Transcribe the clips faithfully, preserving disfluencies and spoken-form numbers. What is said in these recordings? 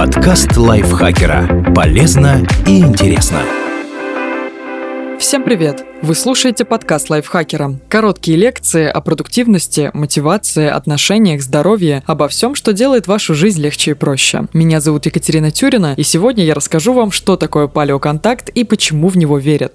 Подкаст лайфхакера. Полезно и интересно. Всем привет! Вы слушаете подкаст лайфхакера. Короткие лекции о продуктивности, мотивации, отношениях, здоровье, обо всем, что делает вашу жизнь легче и проще. Меня зовут Екатерина Тюрина, и сегодня я расскажу вам, что такое палеоконтакт и почему в него верят.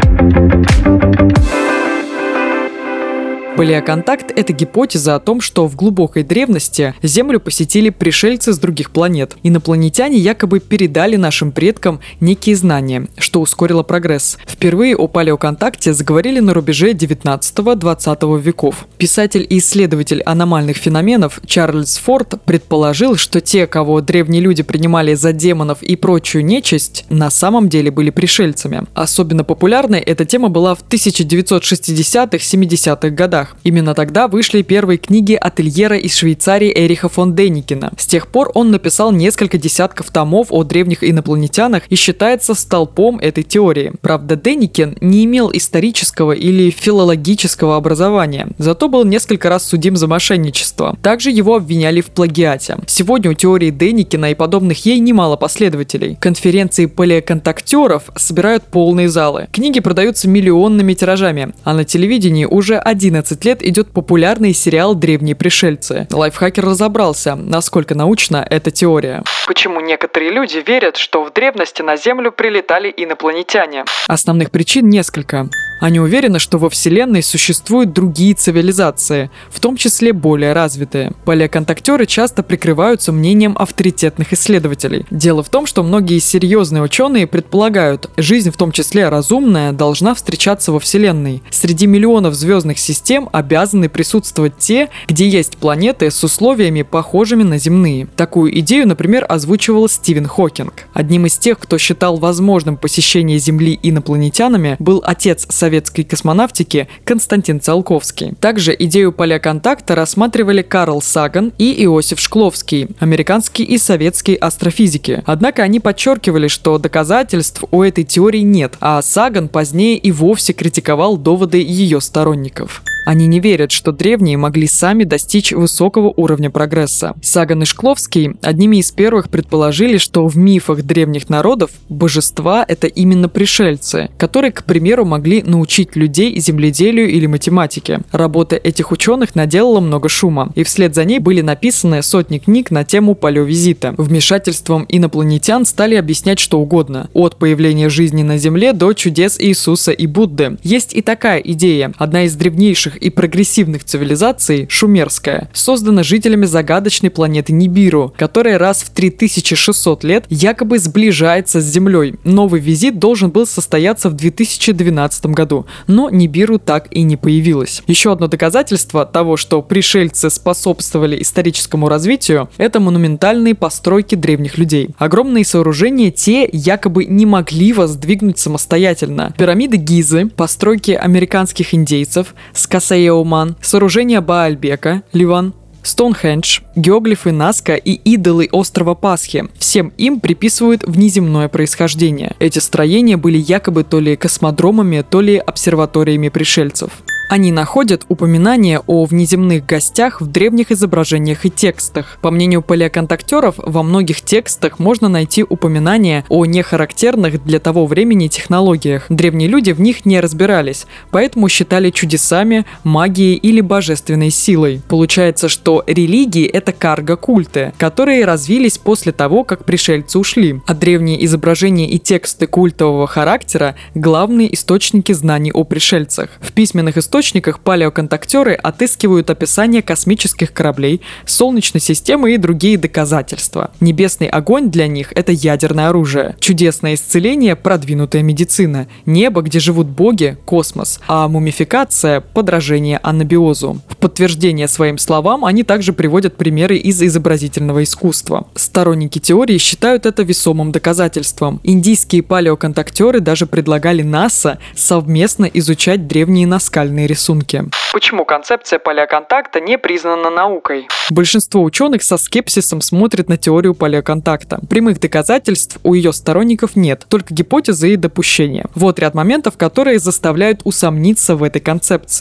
Палеоконтакт – это гипотеза о том, что в глубокой древности Землю посетили пришельцы с других планет. Инопланетяне якобы передали нашим предкам некие знания, что ускорило прогресс. Впервые о палеоконтакте заговорили на рубеже девятнадцатого-двадцатого веков. Писатель и исследователь аномальных феноменов Чарльз Форд предположил, что те, кого древние люди принимали за демонов и прочую нечисть, на самом деле были пришельцами. Особенно популярной эта тема была в тысяча девятьсот шестидесятых-семидесятых годах. Именно тогда вышли первые книги ательера из Швейцарии Эриха фон Деникена. С тех пор он написал несколько десятков томов о древних инопланетянах и считается столпом этой теории. Правда, Деникен не имел исторического или филологического образования, зато был несколько раз судим за мошенничество. Также его обвиняли в плагиате. Сегодня у теории Деникена и подобных ей немало последователей. Конференции палеоконтактеров собирают полные залы. Книги продаются миллионными тиражами, а на телевидении уже одиннадцать лет идет популярный сериал «Древние пришельцы». Лайфхакер разобрался, насколько научна эта теория. Почему некоторые люди верят, что в древности на Землю прилетали инопланетяне? Основных причин несколько. Они уверены, что во Вселенной существуют другие цивилизации, в том числе более развитые. Палеоконтактеры часто прикрываются мнением авторитетных исследователей. Дело в том, что многие серьезные ученые предполагают, жизнь, в том числе разумная, должна встречаться во Вселенной. Среди миллионов звездных систем обязаны присутствовать те, где есть планеты с условиями, похожими на земные. Такую идею, например, озвучивал Стивен Хокинг. Одним из тех, кто считал возможным посещение Земли инопланетянами, был отец советской космонавтики Константин Циолковский. Также идею палеоконтакта рассматривали Карл Саган и Иосиф Шкловский, американские и советские астрофизики. Однако они подчеркивали, что доказательств у этой теории нет, а Саган позднее и вовсе критиковал доводы ее сторонников. Они не верят, что древние могли сами достичь высокого уровня прогресса. Саган и Шкловский одними из первых предположили, что в мифах древних народов божества – это именно пришельцы, которые, к примеру, могли научить людей земледелию или математике. Работа этих ученых наделала много шума, и вслед за ней были написаны сотни книг на тему палеовизита. Вмешательством инопланетян стали объяснять что угодно, от появления жизни на Земле до чудес Иисуса и Будды. Есть и такая идея. Одна из древнейших и прогрессивных цивилизаций, шумерская, создана жителями загадочной планеты Нибиру, которая раз в три тысячи шестьсот лет якобы сближается с Землей. Новый визит должен был состояться в две тысячи двенадцатом году, но Нибиру так и не появилась. Еще одно доказательство того, что пришельцы способствовали историческому развитию, это монументальные постройки древних людей. Огромные сооружения те якобы не могли воздвигнуть самостоятельно. Пирамиды Гизы, постройки американских индейцев, Скасаеуман, сооружения Баальбека, Ливан, Стоунхендж, геоглифы Наска и идолы острова Пасхи. Всем им приписывают внеземное происхождение. Эти строения были якобы то ли космодромами, то ли обсерваториями пришельцев. Они находят упоминания о внеземных гостях в древних изображениях и текстах. По мнению палеоконтактеров, во многих текстах можно найти упоминания о нехарактерных для того времени технологиях. Древние люди в них не разбирались, поэтому считали чудесами, магией или божественной силой. Получается, что религии – это карго-культы, которые развились после того, как пришельцы ушли. А древние изображения и тексты культового характера – главные источники знаний о пришельцах. В письменных источниках В источниках палеоконтактеры отыскивают описание космических кораблей, Солнечной системы и другие доказательства. Небесный огонь для них – это ядерное оружие. Чудесное исцеление – продвинутая медицина. Небо, где живут боги – космос. А мумификация – подражение анабиозу. В подтверждение своим словам они также приводят примеры из изобразительного искусства. Сторонники теории считают это весомым доказательством. Индийские палеоконтактеры даже предлагали НАСА совместно изучать древние наскальные рисунки. Почему концепция палеоконтакта не признана наукой? Большинство ученых со скепсисом смотрят на теорию палеоконтакта. Прямых доказательств у ее сторонников нет, только гипотезы и допущения. Вот ряд моментов, которые заставляют усомниться в этой концепции.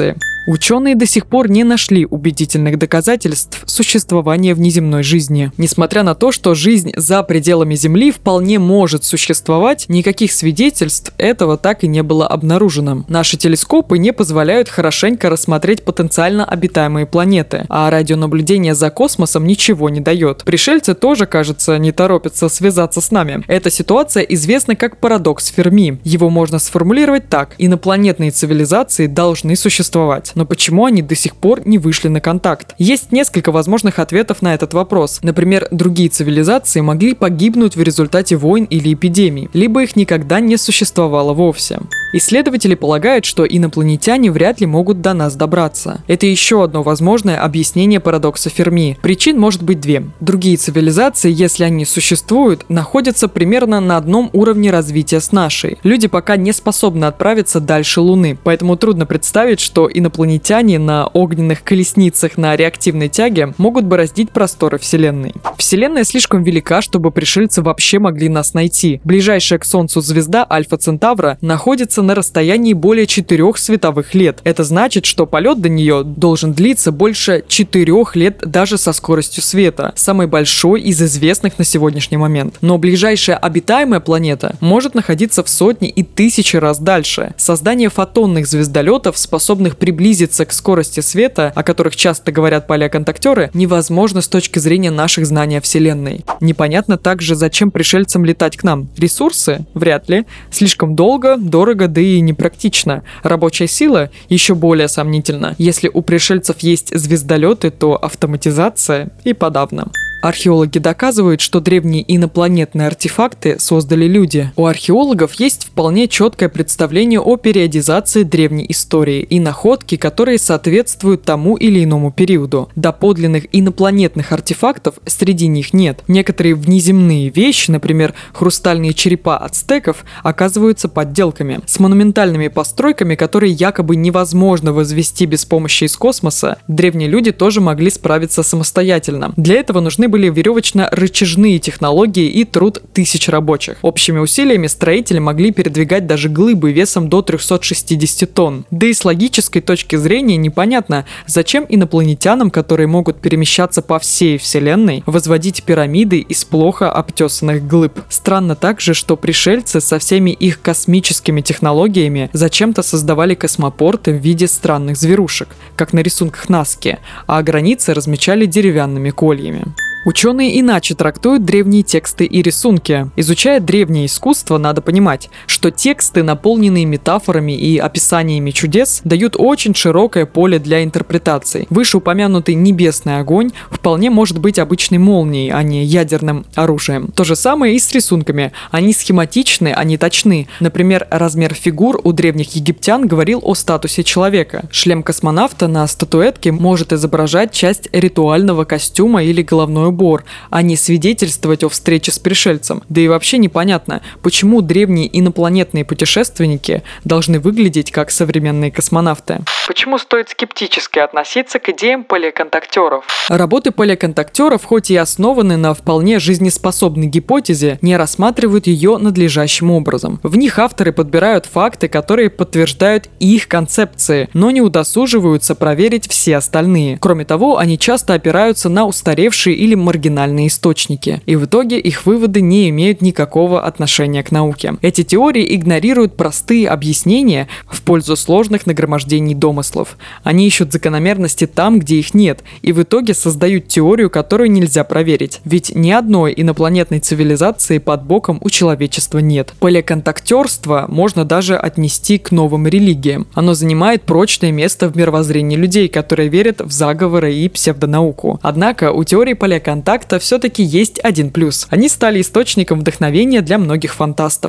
Ученые до сих пор не нашли убедительных доказательств существования внеземной жизни. Несмотря на то, что жизнь за пределами Земли вполне может существовать, никаких свидетельств этого так и не было обнаружено. Наши телескопы не позволяют хорошенько рассмотреть потенциально обитаемые планеты, а радионаблюдение за космосом ничего не дает. Пришельцы тоже, кажется, не торопятся связаться с нами. Эта ситуация известна как парадокс Ферми. Его можно сформулировать так: инопланетные цивилизации должны существовать. Но почему они до сих пор не вышли на контакт? Есть несколько возможных ответов на этот вопрос. Например, другие цивилизации могли погибнуть в результате войн или эпидемий, либо их никогда не существовало вовсе. Исследователи полагают, что инопланетяне вряд ли могут до нас добраться. Это еще одно возможное объяснение парадокса Ферми. Причин может быть две. Другие цивилизации, если они существуют, находятся примерно на одном уровне развития с нашей. Люди пока не способны отправиться дальше Луны, поэтому трудно представить, что инопланетяне на огненных колесницах на реактивной тяге могут бороздить просторы Вселенной. Вселенная слишком велика, чтобы пришельцы вообще могли нас найти. Ближайшая к Солнцу звезда Альфа Центавра находится на расстоянии более четырех световых лет. Это значит, что полет до нее должен длиться больше четырех лет даже со скоростью света, самой большой из известных на сегодняшний момент. Но ближайшая обитаемая планета может находиться в сотни и тысячи раз дальше. Создание фотонных звездолетов, способных приблизиться к скорости света, о которых часто говорят палеоконтактеры, невозможно с точки зрения наших знаний о Вселенной. Непонятно также, зачем пришельцам летать к нам. Ресурсы? Вряд ли. Слишком долго, дорого, да и непрактично. Рабочая сила? Еще более сомнительно. Если у пришельцев есть звездолеты, то автоматизация и подавно. Археологи доказывают, что древние инопланетные артефакты создали люди. У археологов есть вполне четкое представление о периодизации древней истории и находки, которые соответствуют тому или иному периоду. Доподлинных инопланетных артефактов среди них нет. Некоторые внеземные вещи, например, хрустальные черепа ацтеков, оказываются подделками. С монументальными постройками, которые якобы невозможно возвести без помощи из космоса, древние люди тоже могли справиться самостоятельно. Для этого нужны были веревочно-рычажные технологии и труд тысяч рабочих. Общими усилиями строители могли передвигать даже глыбы весом до триста шестьдесят тонн. Да и с логической точки зрения непонятно, зачем инопланетянам, которые могут перемещаться по всей Вселенной, возводить пирамиды из плохо обтесанных глыб. Странно также, что пришельцы со всеми их космическими технологиями зачем-то создавали космопорты в виде странных зверушек, как на рисунках Наски, а границы размечали деревянными кольями. Ученые иначе трактуют древние тексты и рисунки. Изучая древнее искусство, надо понимать, что тексты, наполненные метафорами и описаниями чудес, дают очень широкое поле для интерпретаций. Вышеупомянутый небесный огонь вполне может быть обычной молнией, а не ядерным оружием. То же самое и с рисунками. Они схематичны, они точны. Например, размер фигур у древних египтян говорил о статусе человека. Шлем космонавта на статуэтке может изображать часть ритуального костюма или головной убор, а не свидетельствовать о встрече с пришельцем. Да и вообще непонятно, почему древние инопланетные путешественники должны выглядеть как современные космонавты. Почему стоит скептически относиться к идеям палеоконтактеров? Работы палеоконтактеров, хоть и основаны на вполне жизнеспособной гипотезе, не рассматривают ее надлежащим образом. В них авторы подбирают факты, которые подтверждают их концепции, но не удосуживаются проверить все остальные. Кроме того, они часто опираются на устаревшие или маргинальные источники, и в итоге их выводы не имеют никакого отношения к науке. Эти теории игнорируют простые объяснения в пользу сложных нагромождений домыслов. Они ищут закономерности там, где их нет, и в итоге создают теорию, которую нельзя проверить. Ведь ни одной инопланетной цивилизации под боком у человечества нет. Палеоконтактерство можно даже отнести к новым религиям. Оно занимает прочное место в мировоззрении людей, которые верят в заговоры и псевдонауку. Однако у теории палеоконтакта все-таки есть один плюс. Они стали источником вдохновения для многих фантастов.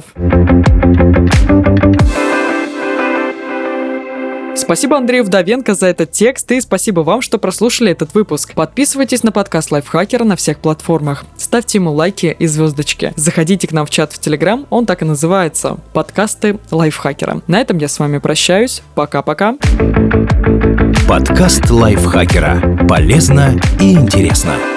Спасибо Андрею Вдовенко за этот текст, и спасибо вам, что прослушали этот выпуск. Подписывайтесь на подкаст Лайфхакера на всех платформах. Ставьте ему лайки и звездочки. Заходите к нам в чат в Телеграм, он так и называется – подкасты Лайфхакера. На этом я с вами прощаюсь. Пока-пока. Подкаст Лайфхакера. Полезно и интересно.